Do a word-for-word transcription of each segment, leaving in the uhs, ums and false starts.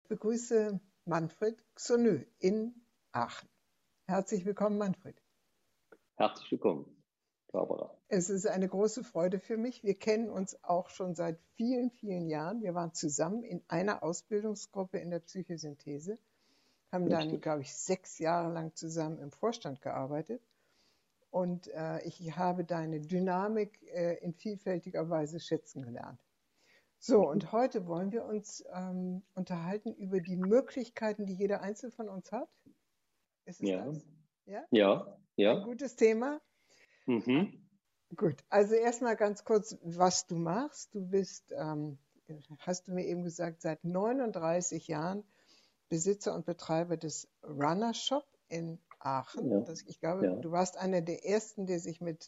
Ich begrüße Manfred Xonö in Aachen. Herzlich willkommen, Manfred. Herzlich willkommen, Barbara. Es ist eine große Freude für mich. Wir kennen uns auch schon seit vielen, vielen Jahren. Wir waren zusammen in einer Ausbildungsgruppe in der Psychosynthese, haben dann, glaube ich, sechs Jahre lang zusammen im Vorstand gearbeitet. Und äh, ich habe deine Dynamik äh, in vielfältiger Weise schätzen gelernt. So, und heute wollen wir uns ähm, unterhalten über die Möglichkeiten, die jeder Einzelne von uns hat. Ist es Ja. das? Ja? Ja, ja. Ein gutes Thema. Mhm. Gut, also erstmal ganz kurz, was du machst. Du bist, ähm, hast du mir eben gesagt, seit neununddreißig Jahren Besitzer und Betreiber des Runner Shop in Aachen. Ja. Das, ich glaube, Ja. du warst einer der ersten, der sich mit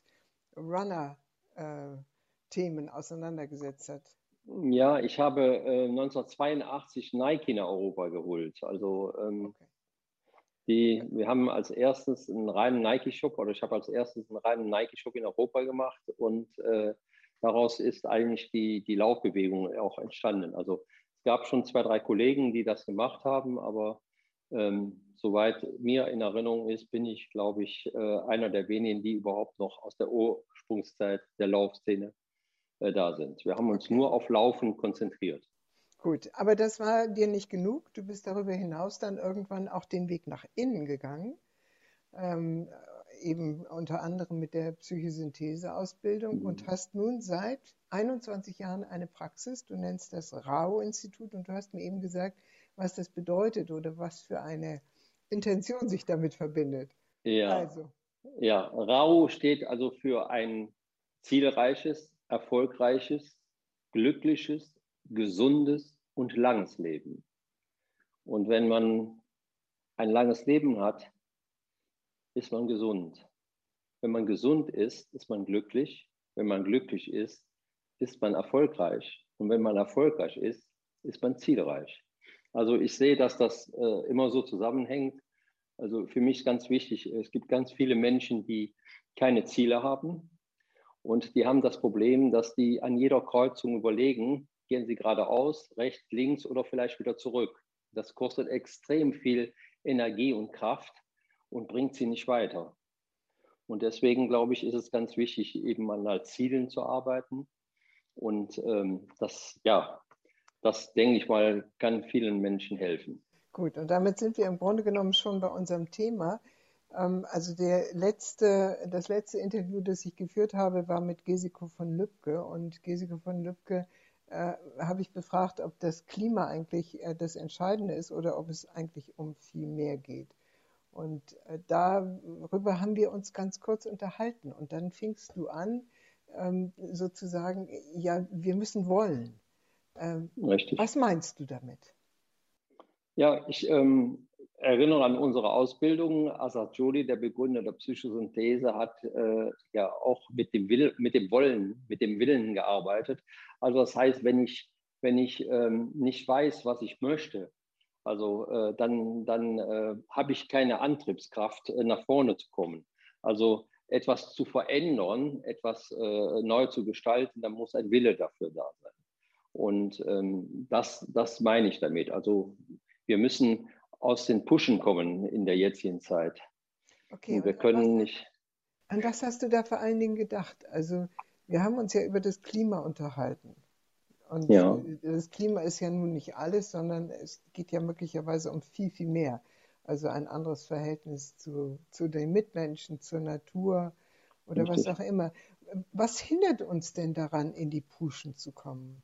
Runner-Themen äh, auseinandergesetzt hat. Ja, ich habe äh, neunzehnhundertzweiundachtzig Nike nach Europa geholt. Also ähm, Okay. die, wir haben als erstes einen reinen Nike-Shop oder ich habe als erstes einen reinen Nike-Shop in Europa gemacht und äh, daraus ist eigentlich die, die Laufbewegung auch entstanden. Also es gab schon zwei, drei Kollegen, die das gemacht haben, aber ähm, soweit mir in Erinnerung ist, bin ich, glaube ich, äh, einer der wenigen, die überhaupt noch aus der Ursprungszeit der Laufszene äh, da sind. Wir haben uns Okay. nur auf Laufen konzentriert. Gut, aber das war dir nicht genug. Du bist darüber hinaus dann irgendwann auch den Weg nach innen gegangen, ähm, eben unter anderem mit der Psychosynthese-Ausbildung und Mhm. hast nun seit einundzwanzig Jahren eine Praxis. Du nennst das Rao-Institut und du hast mir eben gesagt, was das bedeutet oder was für eine Intention sich damit verbindet. Ja, Also, ja, Rao steht also für ein zielreiches, erfolgreiches, glückliches, gesundes und langes Leben. Und wenn man ein langes Leben hat, ist man gesund. Wenn man gesund ist, ist man glücklich. Wenn man glücklich ist, ist man erfolgreich. Und wenn man erfolgreich ist, ist man zielreich. Also ich sehe, dass das äh, immer so zusammenhängt. Also für mich ist ganz wichtig, es gibt ganz viele Menschen, die keine Ziele haben. Und die haben das Problem, dass die an jeder Kreuzung überlegen, gehen sie geradeaus, rechts, links oder vielleicht wieder zurück. Das kostet extrem viel Energie und Kraft und bringt sie nicht weiter. Und deswegen, glaube ich, ist es ganz wichtig, eben an Zielen zu arbeiten. Und ähm, das, ja, das, denke ich mal, kann vielen Menschen helfen. gut, und damit sind wir im Grunde genommen schon bei unserem Thema. Ähm, also der letzte, das letzte Interview, das ich geführt habe, war mit Gesiko von Lübcke. Und Gesiko von Lübcke äh, habe ich befragt, ob das Klima eigentlich äh, das Entscheidende ist oder ob es eigentlich um viel mehr geht. Und äh, darüber haben wir uns ganz kurz unterhalten. Und dann fingst du an, ähm, sozusagen, ja, wir müssen wollen. Ähm, Richtig. was meinst du damit? Ja, ich ähm, erinnere an unsere Ausbildung. Asad Jodi, der Begründer der Psychosynthese, hat äh, ja auch mit dem, Will, mit dem Wollen, mit dem Willen gearbeitet. Also das heißt, wenn ich, wenn ich ähm, nicht weiß, was ich möchte, also äh, dann, dann äh, habe ich keine Antriebskraft, äh, nach vorne zu kommen. Also etwas zu verändern, etwas äh, neu zu gestalten, dann muss ein Wille dafür da sein. Und ähm, das, das meine ich damit. Also wir müssen aus den Pushen kommen in der jetzigen Zeit. Okay, Und wir und an was, können nicht. an was hast du da vor allen Dingen gedacht? Also, wir haben uns ja über das Klima unterhalten. Und Ja, äh, das Klima ist ja nun nicht alles, sondern es geht ja möglicherweise um viel, viel mehr. Also ein anderes Verhältnis zu, zu den Mitmenschen, zur Natur oder was richtig. auch immer. Was hindert uns denn daran, in die Puschen zu kommen?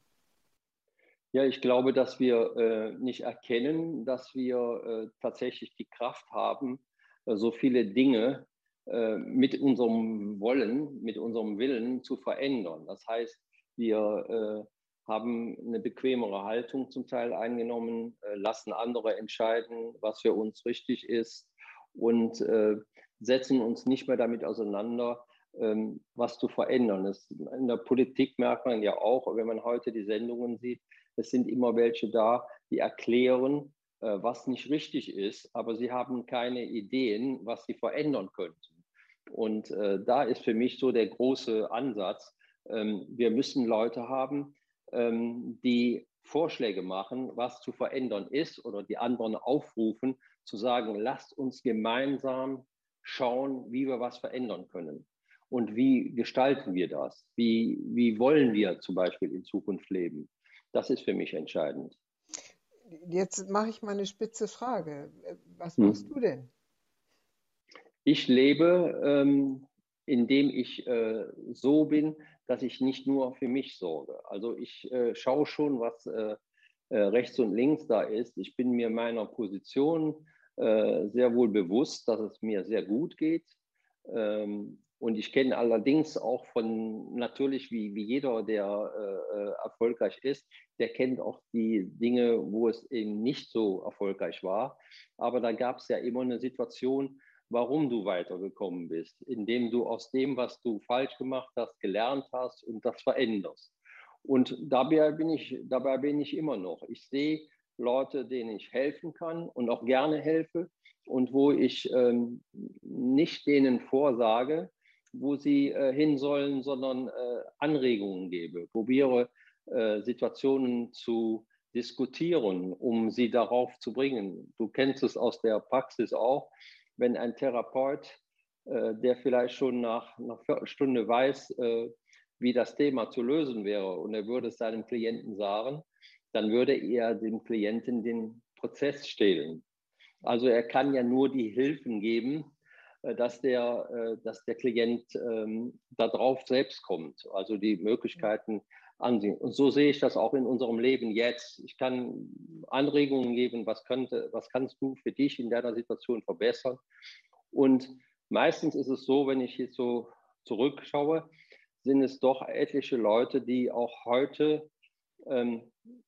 Ja, ich glaube, dass wir äh, nicht erkennen, dass wir äh, tatsächlich die Kraft haben, äh, so viele Dinge äh, mit unserem Wollen, mit unserem Willen zu verändern. Das heißt, wir äh, haben eine bequemere Haltung zum Teil eingenommen, äh, lassen andere entscheiden, was für uns richtig ist und äh, setzen uns nicht mehr damit auseinander, ähm, was zu verändern. Das, in der Politik merkt man ja auch, wenn man heute die Sendungen sieht, es sind immer welche da, die erklären, äh, was nicht richtig ist, aber sie haben keine Ideen, was sie verändern könnten. Und äh, da ist für mich so der große Ansatz, ähm, wir müssen Leute haben, ähm, die Vorschläge machen, was zu verändern ist oder die anderen aufrufen, zu sagen, lasst uns gemeinsam schauen, wie wir was verändern können. Und wie gestalten wir das? Wie, wie wollen wir zum Beispiel in Zukunft leben? Das ist für mich entscheidend. Jetzt mache ich mal eine spitze Frage. Was machst Hm. du denn? Ich lebe, ähm, indem ich äh, so bin, dass ich nicht nur für mich sorge. Also ich äh, schaue schon, was äh, äh, rechts und links da ist. Ich bin mir meiner Position äh, sehr wohl bewusst, dass es mir sehr gut geht. Ähm, und ich kenne allerdings auch von, natürlich wie, wie jeder, der äh, erfolgreich ist, der kennt auch die Dinge, wo es eben nicht so erfolgreich war. Aber da gab es ja immer eine Situation, warum du weitergekommen bist, indem du aus dem, was du falsch gemacht hast, gelernt hast und das veränderst. Und dabei bin ich, dabei bin ich immer noch. Ich sehe Leute, denen ich helfen kann und auch gerne helfe und wo ich ähm, nicht denen vorsage, wo sie äh, hin sollen, sondern äh, Anregungen gebe, probiere äh, Situationen zu diskutieren, um sie darauf zu bringen. Du kennst es aus der Praxis auch, wenn ein Therapeut, äh, der vielleicht schon nach einer Viertelstunde weiß, äh, wie das Thema zu lösen wäre und er würde es seinem Klienten sagen, dann würde er dem Klienten den Prozess stehlen. Also er kann ja nur die Hilfen geben, dass der, dass der Klient ähm, darauf selbst kommt, also die Möglichkeiten ansehen. Und so sehe ich das auch in unserem Leben jetzt. Ich kann Anregungen geben, was, könnte, was kannst du für dich in deiner Situation verbessern. Und meistens ist es so, wenn ich jetzt so zurückschaue, sind es doch etliche Leute, die auch heute ähm,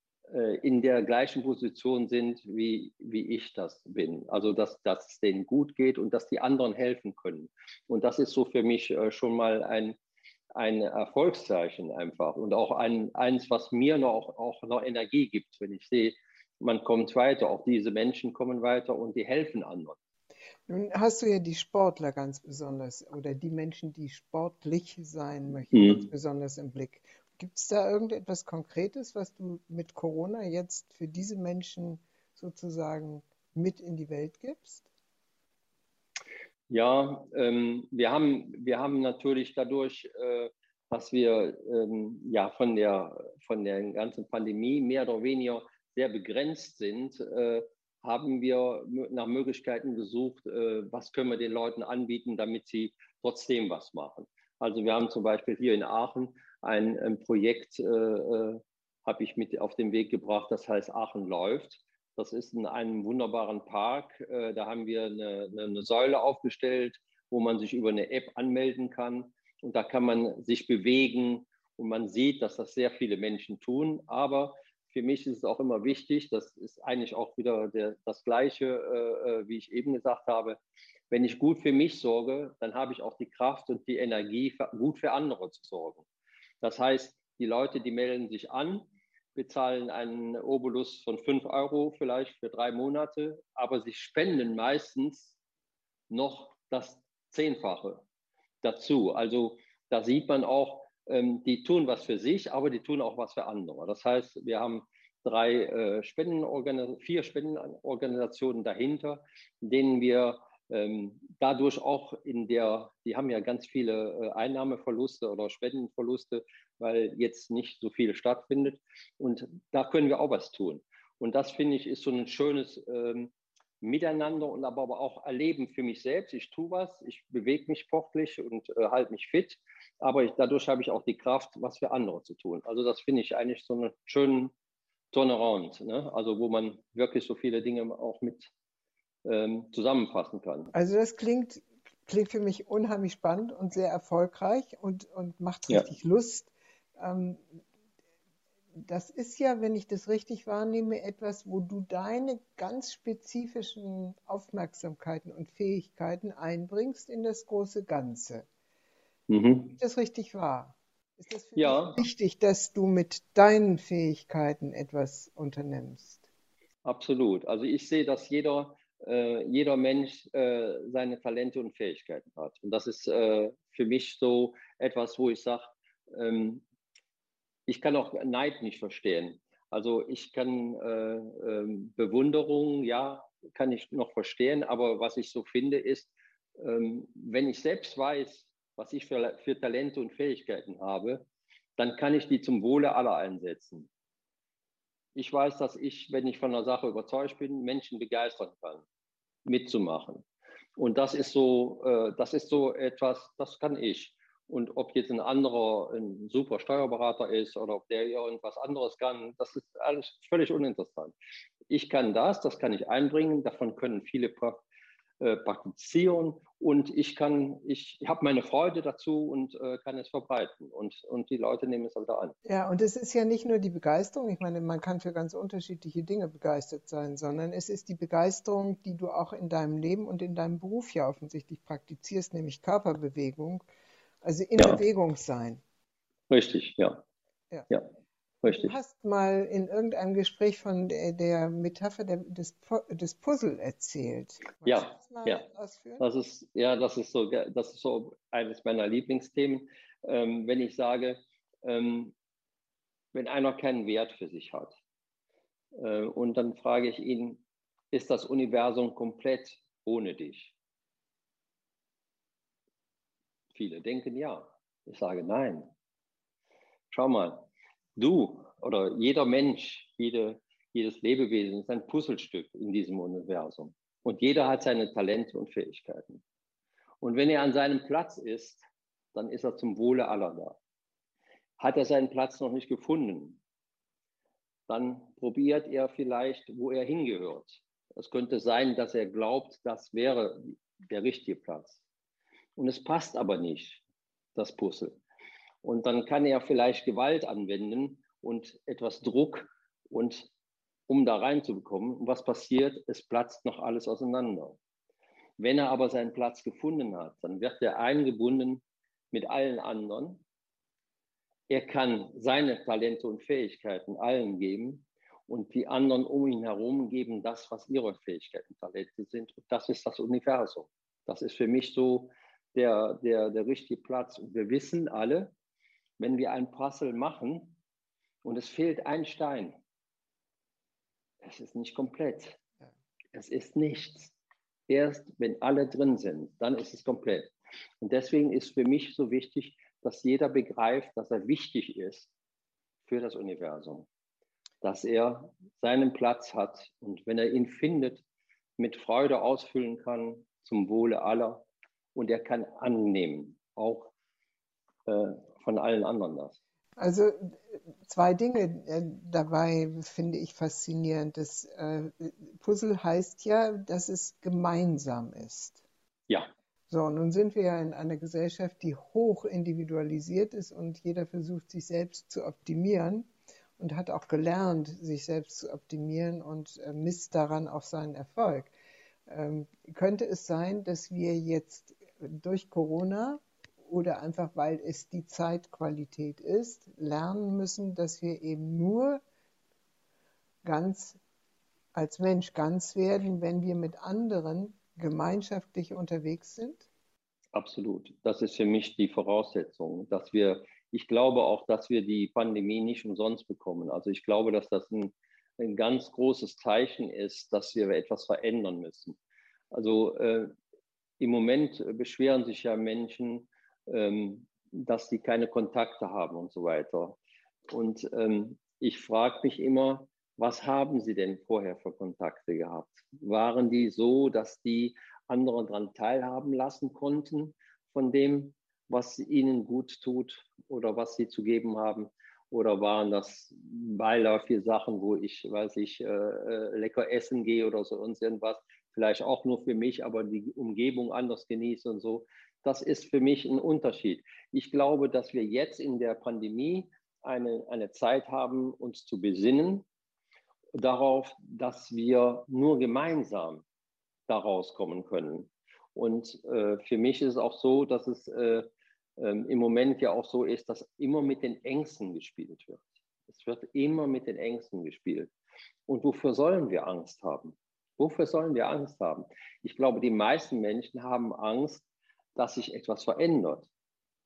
in der gleichen Position sind, wie, wie ich das bin. Also, dass, dass es denen gut geht und dass die anderen helfen können. Und das ist so für mich äh, schon mal ein, ein Erfolgszeichen einfach und auch ein, eins, was mir noch, auch noch Energie gibt, wenn ich sehe, man kommt weiter, auch diese Menschen kommen weiter und die helfen anderen. Nun hast du ja die Sportler ganz besonders oder die Menschen, die sportlich sein möchten, ganz Mhm. besonders im Blick. Gibt es da irgendetwas Konkretes, was du mit Corona jetzt für diese Menschen sozusagen mit in die Welt gibst? Ja, ähm, wir haben, wir haben natürlich dadurch, äh, dass wir ähm, ja von der, von der ganzen Pandemie mehr oder weniger sehr begrenzt sind, äh, haben wir nach Möglichkeiten gesucht, äh, was können wir den Leuten anbieten, damit sie trotzdem was machen. Also wir haben zum Beispiel hier in Aachen ein, ein Projekt, äh, äh, habe ich mit auf den Weg gebracht, das heißt Aachen läuft. Das ist in einem wunderbaren Park. Äh, da haben wir eine, eine Säule aufgestellt, wo man sich über eine App anmelden kann. Und da kann man sich bewegen. Und man sieht, dass das sehr viele Menschen tun. Aber für mich ist es auch immer wichtig, das ist eigentlich auch wieder der, das Gleiche, äh, wie ich eben gesagt habe. Wenn ich gut für mich sorge, dann habe ich auch die Kraft und die Energie, für, gut für andere zu sorgen. Das heißt, die Leute, die melden sich an, bezahlen einen Obolus von fünf Euro vielleicht für drei Monate, aber sie spenden meistens noch das Zehnfache dazu. Also da sieht man auch, ähm, die tun was für sich, aber die tun auch was für andere. Das heißt, wir haben drei äh, Spendenorgan- vier Spendenorganisationen dahinter, denen wir ähm, dadurch auch in der, die haben ja ganz viele äh, Einnahmeverluste oder Spendenverluste, weil jetzt nicht so viel stattfindet. Und da können wir auch was tun. Und das finde ich ist so ein schönes ähm, Miteinander und aber, aber auch Erleben für mich selbst. Ich tue was, ich bewege mich sportlich und äh, halte mich fit, aber ich, dadurch habe ich auch die Kraft, was für andere zu tun. Also das finde ich eigentlich so einen schönen Turnaround, ne? Also wo man wirklich so viele Dinge auch mit ähm, zusammenfassen kann. Also das klingt, klingt für mich unheimlich spannend und sehr erfolgreich und, und macht Ja. richtig Lust. Ähm, Das ist ja, wenn ich das richtig wahrnehme, etwas, wo du deine ganz spezifischen Aufmerksamkeiten und Fähigkeiten einbringst in das große Ganze. Mhm. Ist das richtig wahr? Ist das für dich Ja, wichtig, dass du mit deinen Fähigkeiten etwas unternimmst? absolut. Also ich sehe, dass jeder, äh, jeder Mensch äh, seine Talente und Fähigkeiten hat. Und das ist äh, für mich so etwas, wo ich sage, ähm, ich kann auch Neid nicht verstehen. Also ich kann äh, äh, Bewunderung, ja, kann ich noch verstehen, aber was ich so finde ist, ähm, wenn ich selbst weiß, was ich für, für Talente und Fähigkeiten habe, dann kann ich die zum Wohle aller einsetzen. Ich weiß, dass ich, wenn ich von einer Sache überzeugt bin, Menschen begeistern kann, mitzumachen. Und das ist so, äh, das ist so etwas, das kann ich. Und ob jetzt ein anderer ein super Steuerberater ist oder ob der irgendwas anderes kann, das ist alles völlig uninteressant. Ich kann das, das kann ich einbringen, davon können viele äh, praktizieren und ich kann, ich habe meine Freude dazu und äh, kann es verbreiten und, und die Leute nehmen es wieder an. Ja, und es ist ja nicht nur die Begeisterung, ich meine, man kann für ganz unterschiedliche Dinge begeistert sein, sondern es ist die Begeisterung, die du auch in deinem Leben und in deinem Beruf ja offensichtlich praktizierst, nämlich Körperbewegung, also in Ja, Bewegung sein. richtig, ja. Ja. Ja, Du richtig. hast mal in irgendeinem Gespräch von der, der Metapher der, des, des Puzzle erzählt. Magst du Ja, das mal ja. ausführen? Das ist, ja, das ist so, das ist so eines meiner Lieblingsthemen. Ähm, wenn ich sage, ähm, wenn einer keinen Wert für sich hat, äh, und dann frage ich ihn, ist das Universum komplett ohne dich? Viele denken ja. Ich sage nein. Schau mal, du oder jeder Mensch, jede, jedes Lebewesen ist ein Puzzlestück in diesem Universum. Und jeder hat seine Talente und Fähigkeiten. Und wenn er an seinem Platz ist, dann ist er zum Wohle aller da. Hat er seinen Platz noch nicht gefunden, dann probiert er vielleicht, wo er hingehört. Es könnte sein, dass er glaubt, das wäre der richtige Platz. Und es passt aber nicht, das Puzzle. Und dann kann er vielleicht Gewalt anwenden und etwas Druck, und um da reinzubekommen. Und was passiert? Es platzt noch alles auseinander. Wenn er aber seinen Platz gefunden hat, dann wird er eingebunden mit allen anderen. Er kann seine Talente und Fähigkeiten allen geben und die anderen um ihn herum geben das, was ihre Fähigkeiten und Talente sind. Und das ist das Universum. Das ist für mich so der, der, der richtige Platz. Und wir wissen alle, wenn wir ein Puzzle machen und es fehlt ein Stein, es ist nicht komplett. Es ist nichts. Erst wenn alle drin sind, dann ist es komplett. Und deswegen ist für mich so wichtig, dass jeder begreift, dass er wichtig ist für das Universum, dass er seinen Platz hat und wenn er ihn findet, mit Freude ausfüllen kann zum Wohle aller und er kann annehmen, auch äh, von allen anderen das. Also zwei Dinge äh, dabei finde ich faszinierend. Das äh, Puzzle heißt ja, dass es gemeinsam ist. Ja. So, nun sind wir ja in einer Gesellschaft, die hoch individualisiert ist und jeder versucht, sich selbst zu optimieren und hat auch gelernt, sich selbst zu optimieren und äh, misst daran auch seinen Erfolg. Ähm, könnte es sein, dass wir jetzt durch Corona oder einfach weil es die Zeitqualität ist, lernen müssen, dass wir eben nur ganz als Mensch ganz werden, wenn wir mit anderen gemeinschaftlich unterwegs sind? Absolut. Das ist für mich die Voraussetzung, dass wir, ich glaube auch, dass wir die Pandemie nicht umsonst bekommen. Also ich glaube, dass das ein, ein ganz großes Zeichen ist, dass wir etwas verändern müssen. Also äh, im Moment beschweren sich ja Menschen, ähm, dass sie keine Kontakte haben und so weiter. Und ähm, ich frage mich immer, was haben sie denn vorher für Kontakte gehabt? Waren die so, dass die andere daran teilhaben lassen konnten von dem, was ihnen gut tut oder was sie zu geben haben? Oder waren das beiläufige Sachen, wo ich, weiß ich, äh, äh, lecker essen gehe oder so und irgendwas, vielleicht auch nur für mich, aber die Umgebung anders genieße und so? Das ist für mich ein Unterschied. Ich glaube, dass wir jetzt in der Pandemie eine, eine Zeit haben, uns zu besinnen darauf, dass wir nur gemeinsam daraus kommen können. Und äh, für mich ist es auch so, dass es äh, äh, im Moment ja auch so ist, dass immer mit den Ängsten gespielt wird. Es wird immer mit den Ängsten gespielt. Und wofür sollen wir Angst haben? Wofür sollen wir Angst haben? Ich glaube, die meisten Menschen haben Angst, dass sich etwas verändert.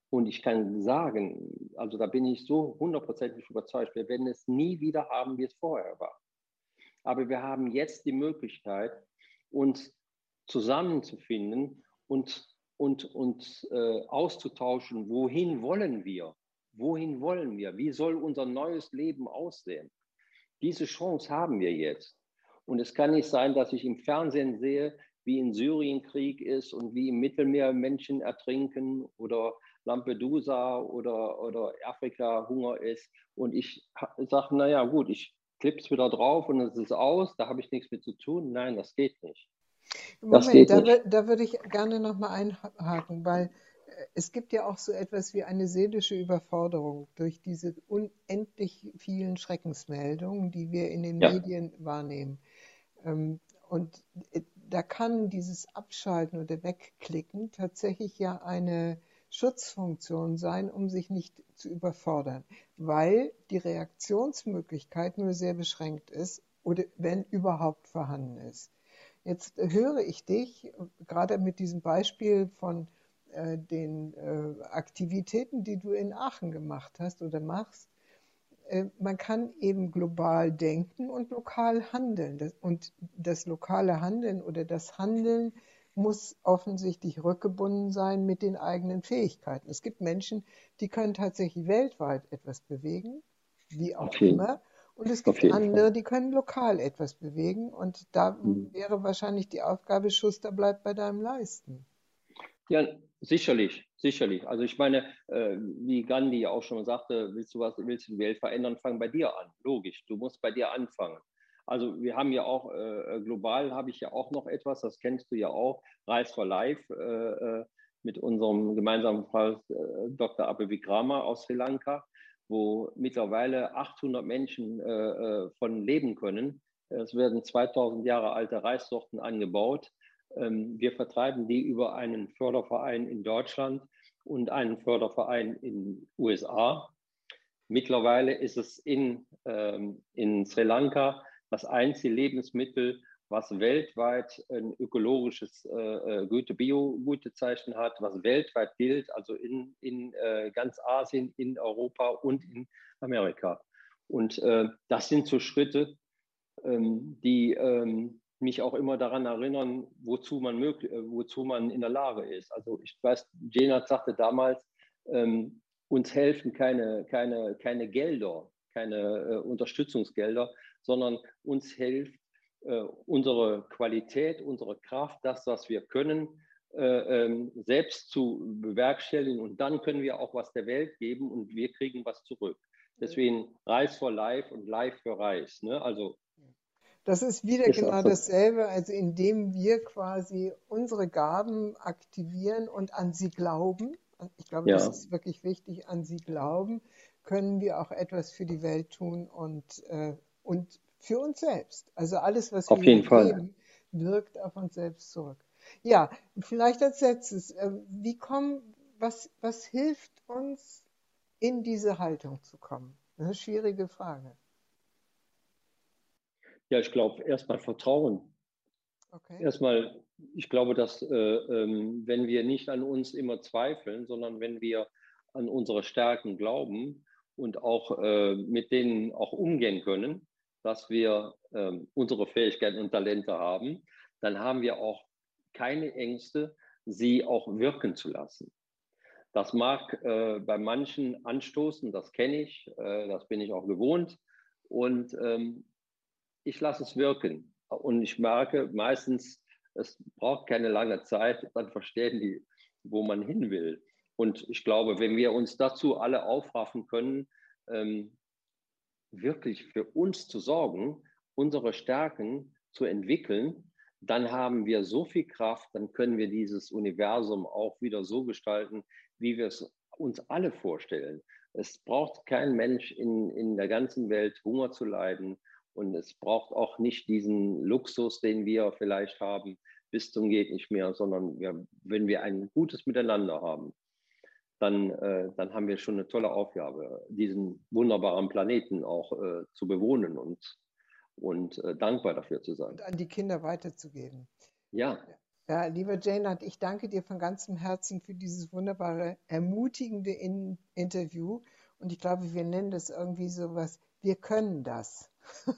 Und ich kann sagen, also da bin ich so hundertprozentig überzeugt, wir werden es nie wieder haben, wie es vorher war. Aber wir haben jetzt die Möglichkeit, uns zusammenzufinden und, und, und äh, auszutauschen, wohin wollen wir? Wohin wollen wir? Wie soll unser neues Leben aussehen? Diese Chance haben wir jetzt. Und es kann nicht sein, dass ich im Fernsehen sehe, wie in Syrien Krieg ist und wie im Mittelmeer Menschen ertrinken oder Lampedusa oder, oder Afrika Hunger ist. Und ich sage, naja gut, ich klippe es wieder drauf und es ist aus, da habe ich nichts mit zu tun. Nein, das geht nicht. Das Moment, geht da, nicht. wür- da würde ich gerne nochmal einhaken, weil äh, es gibt ja auch so etwas wie eine seelische Überforderung durch diese unendlich vielen Schreckensmeldungen, die wir in den Ja, Medien wahrnehmen. Ähm, Und äh, da kann dieses Abschalten oder Wegklicken tatsächlich ja eine Schutzfunktion sein, um sich nicht zu überfordern, weil die Reaktionsmöglichkeit nur sehr beschränkt ist oder wenn überhaupt vorhanden ist. Jetzt höre ich dich gerade mit diesem Beispiel von äh, den äh, Aktivitäten, die du in Aachen gemacht hast oder machst. Äh, man kann eben global denken und lokal handeln. Das, und das lokale Handeln oder das Handeln muss offensichtlich rückgebunden sein mit den eigenen Fähigkeiten. Es gibt Menschen, die können tatsächlich weltweit etwas bewegen, wie auch auf jeden, immer. Und es auf gibt jeden Fall. andere, die können lokal etwas bewegen. Und da Mhm. wäre wahrscheinlich die Aufgabe, Schuster, bleib bei deinem Leisten. Ja, sicherlich, sicherlich. Also ich meine, äh, wie Gandhi ja auch schon sagte, willst du was, willst du die Welt verändern, fang bei dir an. Logisch, du musst bei dir anfangen. Also wir haben ja auch, äh, global habe ich ja auch noch etwas, das kennst du ja auch, Rise for Life, äh, äh, mit unserem gemeinsamen Fall äh, Doktor Abhikrama aus Sri Lanka, wo mittlerweile achthundert Menschen äh, äh, von leben können. Es werden zweitausend Jahre alte Reissorten angebaut. Wir vertreiben die über einen Förderverein in Deutschland und einen Förderverein in den U S A. Mittlerweile ist es in, ähm, in Sri Lanka das einzige Lebensmittel, was weltweit ein ökologisches äh, Güte, Bio-Gütezeichen hat, was weltweit gilt, also in, in äh, ganz Asien, in Europa und in Amerika. Und äh, das sind so Schritte, ähm, die ähm, mich auch immer daran erinnern, wozu man, möglich, äh, wozu man in der Lage ist. Also ich weiß, Jenat sagte damals, ähm, uns helfen keine, keine, keine Gelder, keine äh, Unterstützungsgelder, sondern uns hilft äh, unsere Qualität, unsere Kraft, das, was wir können, äh, ähm, selbst zu bewerkstelligen. Und dann können wir auch was der Welt geben und wir kriegen was zurück. Deswegen Reis for Life und Life für Reis. Ne? Also Das ist wieder ist auch genau so. dasselbe, also indem wir quasi unsere Gaben aktivieren und an sie glauben. Ich glaube, das Ja, ist wirklich wichtig, an sie glauben, können wir auch etwas für die Welt tun und, äh, und für uns selbst. Also alles, was wir auf hier jeden Fall. geben, wirkt auf uns selbst zurück. Ja, vielleicht als letztes, äh, wie kommen, was, was hilft uns, in diese Haltung zu kommen? Das ist eine schwierige Frage. Ja, ich glaube, erstmal Vertrauen. Okay. Erstmal, ich glaube, dass äh, ähm, wenn wir nicht an uns immer zweifeln, sondern wenn wir an unsere Stärken glauben und auch äh, mit denen auch umgehen können, dass wir äh, unsere Fähigkeiten und Talente haben, dann haben wir auch keine Ängste, sie auch wirken zu lassen. Das mag äh, bei manchen anstoßen, das kenne ich, äh, das bin ich auch gewohnt. Und ähm, ich lasse es wirken. Und ich merke meistens, es braucht keine lange Zeit, dann verstehen die, wo man hin will. Und ich glaube, wenn wir uns dazu alle aufraffen können, ähm, wirklich für uns zu sorgen, unsere Stärken zu entwickeln, dann haben wir so viel Kraft, dann können wir dieses Universum auch wieder so gestalten, wie wir es uns alle vorstellen. Es braucht kein Mensch in, in der ganzen Welt Hunger zu leiden und es braucht auch nicht diesen Luxus, den wir vielleicht haben, bis zum geht nicht mehr, sondern wir, wenn wir ein gutes Miteinander haben, dann, äh, dann haben wir schon eine tolle Aufgabe, diesen wunderbaren Planeten auch äh, zu bewohnen und, und äh, dankbar dafür zu sein. Und an die Kinder weiterzugeben. Ja, Ja. Ja, lieber Jaynard, ich danke dir von ganzem Herzen für dieses wunderbare, ermutigende In- Interview. Und ich glaube, wir nennen das irgendwie sowas, wir können das.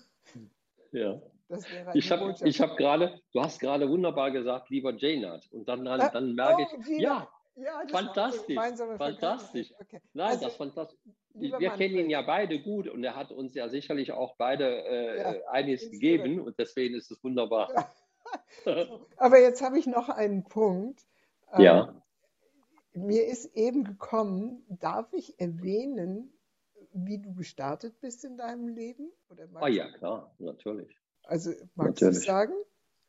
Ja. Das wäre Ich die habe Botschaft. ich hab gerade, du hast gerade wunderbar gesagt, lieber Jaynard. Und dann, dann, Äh, dann merke oh, ich, Gina, ja, ja, das war unsere fantastisch, gemeinsame Vergangenheit. fantastisch. Okay, Nein, also, das ist fantastisch. lieber Wir kennen ihn Manfred, ja beide gut und er hat uns ja sicherlich auch beide ja, äh, einiges inspiriert. gegeben und deswegen ist es wunderbar. Ja. So, aber jetzt habe ich noch einen Punkt. Ähm, Ja, mir ist eben gekommen, darf ich erwähnen, wie du gestartet bist in deinem Leben? Oder ah magst, ja, klar, natürlich, also magst du es natürlich, sagen?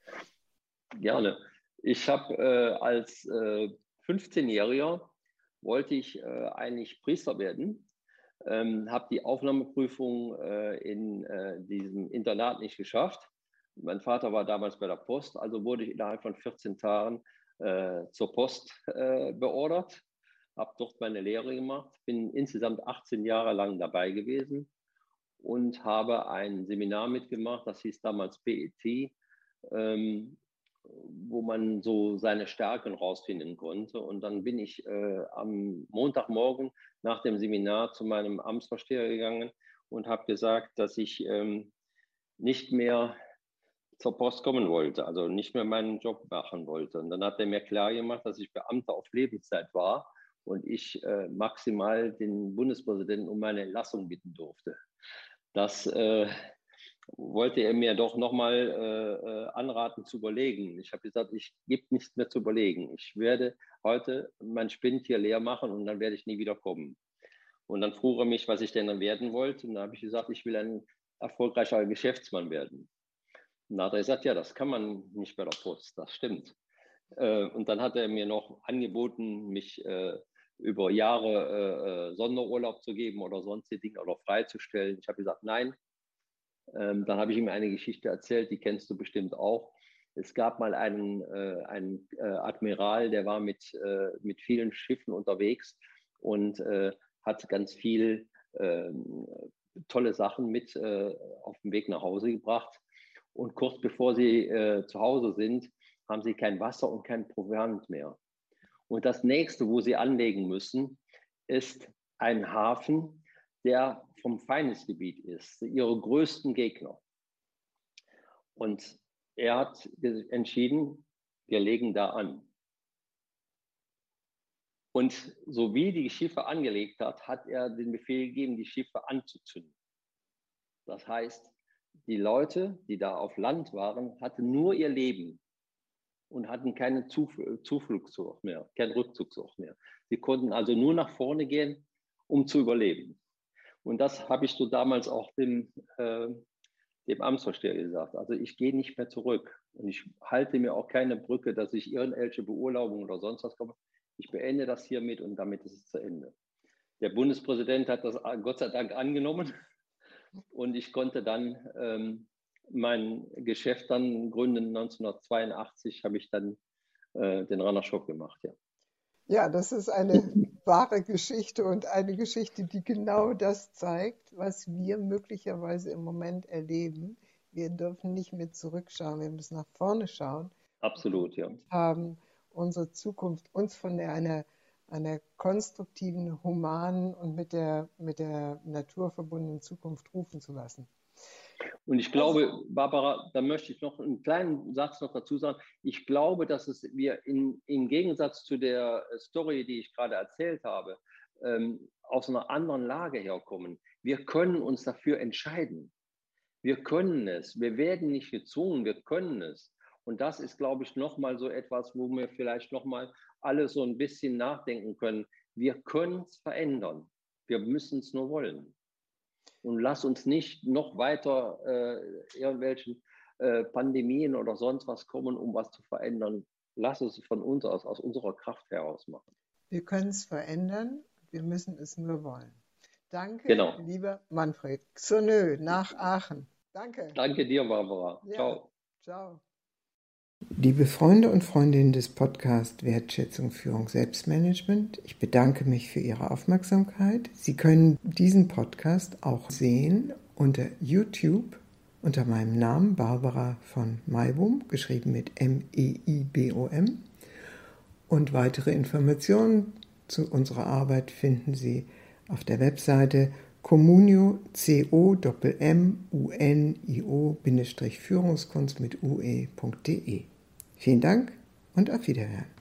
gerne. Ich habe äh, als äh, fünfzehnjähriger wollte ich äh, eigentlich Priester werden, ähm, habe die Aufnahmeprüfung äh, in äh, diesem Internat nicht geschafft. Mein Vater war damals bei der Post, also wurde ich innerhalb von vierzehn Tagen äh, zur Post äh, beordert, habe dort meine Lehre gemacht, bin insgesamt achtzehn Jahre lang dabei gewesen und habe ein Seminar mitgemacht, das hieß damals B E T, ähm, wo man so seine Stärken rausfinden konnte. Und dann bin ich äh, am Montagmorgen nach dem Seminar zu meinem Amtsvorsteher gegangen und habe gesagt, dass ich ähm, nicht mehr zur Post kommen wollte, also nicht mehr meinen Job machen wollte. Und dann hat er mir klar gemacht, dass ich Beamter auf Lebenszeit war und ich äh, maximal den Bundespräsidenten um meine Entlassung bitten durfte. Das äh, wollte er mir doch nochmal äh, anraten zu überlegen. Ich habe gesagt, ich gebe nichts mehr zu überlegen. Ich werde heute mein Spind hier leer machen und dann werde ich nie wieder kommen. Und dann frug er mich, was ich denn dann werden wollte. Und dann habe ich gesagt, ich will ein erfolgreicher Geschäftsmann werden. Und dann hat er gesagt, ja, das kann man nicht bei der Post, das stimmt. Äh, und dann hat er mir noch angeboten, mich äh, über Jahre äh, Sonderurlaub zu geben oder sonstige Dinge oder freizustellen. Ich habe gesagt, nein. Ähm, dann habe ich ihm eine Geschichte erzählt, die kennst du bestimmt auch. Es gab mal einen, äh, einen äh, Admiral, der war mit, äh, mit vielen Schiffen unterwegs und äh, hat ganz viel äh, tolle Sachen mit äh, auf dem Weg nach Hause gebracht. Und kurz bevor sie äh, zu Hause sind, haben sie kein Wasser und kein Proviant mehr. Und das nächste, wo sie anlegen müssen, ist ein Hafen, der vom Feindesgebiet ist, ihre größten Gegner. Und er hat entschieden, wir legen da an. Und so wie die Schiffe angelegt hat, hat er den Befehl gegeben, die Schiffe anzuzünden. Das heißt, die Leute, die da auf Land waren, hatten nur ihr Leben und hatten keine Zuf- Zufluchtsort mehr, keinen Rückzugsort mehr. Sie konnten also nur nach vorne gehen, um zu überleben. Und das habe ich so damals auch dem, äh, dem Amtsvorsteher gesagt. Also ich gehe nicht mehr zurück und ich halte mir auch keine Brücke, dass ich irgendwelche Beurlaubung oder sonst was komme. Ich beende das hiermit und damit ist es zu Ende. Der Bundespräsident hat das Gott sei Dank angenommen und ich konnte dann ähm, mein Geschäft dann gründen. neunzehnhundertzweiundachtzig habe ich dann äh, den Runner Shop gemacht, ja. Ja, das ist eine wahre Geschichte und eine Geschichte, die genau das zeigt, was wir möglicherweise im Moment erleben. Wir dürfen nicht mehr zurückschauen, wir müssen nach vorne schauen. Absolut, ja. Und haben unsere Zukunft uns von der, einer, einer konstruktiven, humanen und mit der, mit der Natur verbundenen Zukunft rufen zu lassen. Und ich glaube, Barbara, da möchte ich noch einen kleinen Satz noch dazu sagen. Ich glaube, dass es wir in, im Gegensatz zu der Story, die ich gerade erzählt habe, ähm, aus einer anderen Lage herkommen. Wir können uns dafür entscheiden. Wir können es. Wir werden nicht gezwungen. Wir können es. Und das ist, glaube ich, nochmal so etwas, wo wir vielleicht nochmal alle so ein bisschen nachdenken können. Wir können es verändern. Wir müssen es nur wollen. Und lass uns nicht noch weiter äh, irgendwelchen äh, Pandemien oder sonst was kommen, um was zu verändern. Lass es von uns aus, aus unserer Kraft heraus machen. Wir können es verändern, wir müssen es nur wollen. Danke, Genau. lieber Manfred. Xonö nach Aachen. Danke. Danke dir, Barbara. Ja, ciao. Ciao. Liebe Freunde und Freundinnen des Podcasts Wertschätzung, Führung, Selbstmanagement, ich bedanke mich für Ihre Aufmerksamkeit. Sie können diesen Podcast auch sehen unter YouTube unter meinem Namen Barbara von Meibom, geschrieben mit M E I B O M. Und weitere Informationen zu unserer Arbeit finden Sie auf der Webseite Communio, C O M M U N I O Führungskunst mit U E.de. Vielen Dank und auf Wiederhören.